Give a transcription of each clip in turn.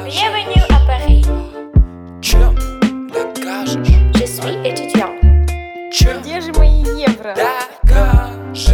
Bienvenue à Paris. Чем докажешь? Je suis étudiant. Где же мои евро? Докажешь.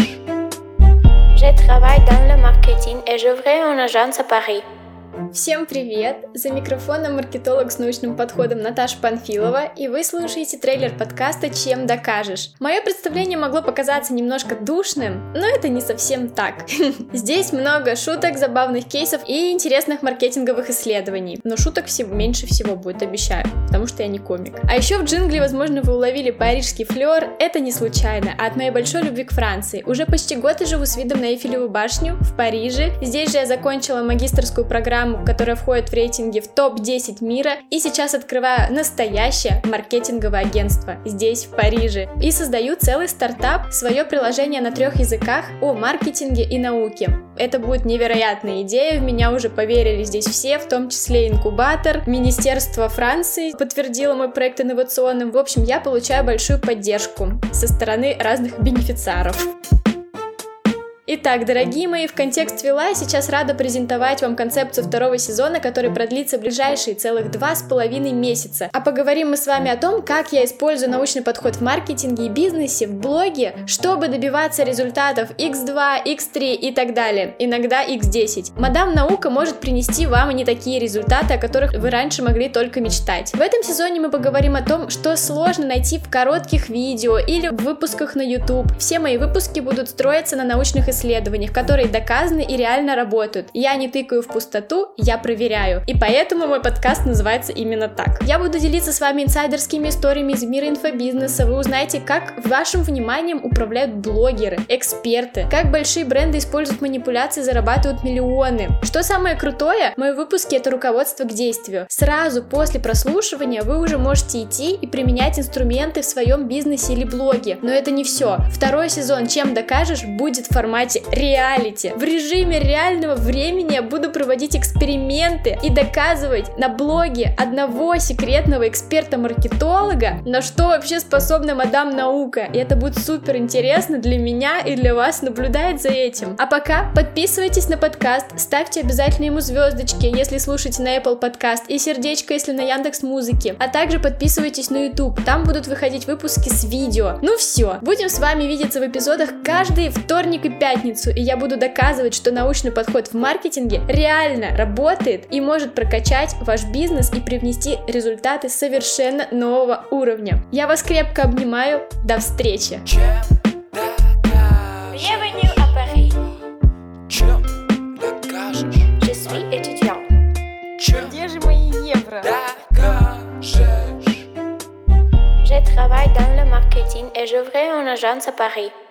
Je travaille dans le marketing et j'ouvre une agence à Paris. Всем привет! За микрофоном маркетолог с научным подходом Наташа Панфилова, и вы слушаете трейлер подкаста «Чем докажешь?». Мое представление могло показаться немножко душным, но это не совсем так. Здесь много шуток, забавных кейсов и интересных маркетинговых исследований. Но шуток меньше всего будет, обещаю, потому что я не комик. А еще в джингле, возможно, вы уловили парижский флёр. Это не случайно, а от моей большой любви к Франции. Уже почти год я живу с видом на Эйфелеву башню в Париже. Здесь же я закончила магистерскую программу, которая входит в рейтинге в топ-10 мира, и сейчас открываю настоящее маркетинговое агентство здесь, в Париже, и создаю целый стартап, свое приложение на 3 языках о маркетинге и науке. Это будет невероятная идея, в меня уже поверили здесь все, в том числе инкубатор, Министерство Франции подтвердило мой проект инновационным. В общем, я получаю большую поддержку со стороны разных бенефициаров. Итак, дорогие мои, в контекст ввела, я сейчас рада презентовать вам концепцию второго сезона, который продлится ближайшие целых 2,5 месяца. А поговорим мы с вами о том, как я использую научный подход в маркетинге и бизнесе, в блоге, чтобы добиваться результатов x2, x3 и так далее, иногда x10. Мадам Наука может принести вам и не такие результаты, о которых вы раньше могли только мечтать. В этом сезоне мы поговорим о том, что сложно найти в коротких видео или в выпусках на YouTube. Все мои выпуски будут строиться на научных исследованиях, которые доказаны и реально работают. Я не тыкаю в пустоту, я проверяю. И поэтому мой подкаст называется именно так. Я буду делиться с вами инсайдерскими историями из мира инфобизнеса. Вы узнаете, как вашим вниманием управляют блогеры, эксперты, как большие бренды используют манипуляции и зарабатывают миллионы. Что самое крутое, мои выпуски — это руководство к действию. Сразу после прослушивания вы уже можете идти и применять инструменты в своем бизнесе или блоге. Но это не все. Второй сезон «Чем докажешь» будет в формате реалити. В режиме реального времени я буду проводить эксперименты и доказывать на блоге одного секретного эксперта-маркетолога, на что вообще способна мадам Наука. И это будет супер интересно для меня и для вас наблюдать за этим. А пока подписывайтесь на подкаст, ставьте обязательно ему звездочки, если слушаете на Apple Podcast, и сердечко, если на Яндекс.Музыке. А также подписывайтесь на YouTube, там будут выходить выпуски с видео. Ну все, будем с вами видеться в эпизодах каждый вторник и пятницу, и я буду доказывать, что научный подход в маркетинге реально работает и может прокачать ваш бизнес и привнести результаты совершенно нового уровня. Я вас крепко обнимаю, до встречи! Чем докажешь? Bienvenue à Paris. Чем докажешь? Je suis étudiant. Чем Где же мои евро? докажешь? Je travaille dans le marketing et j'ouvre une agence à Paris.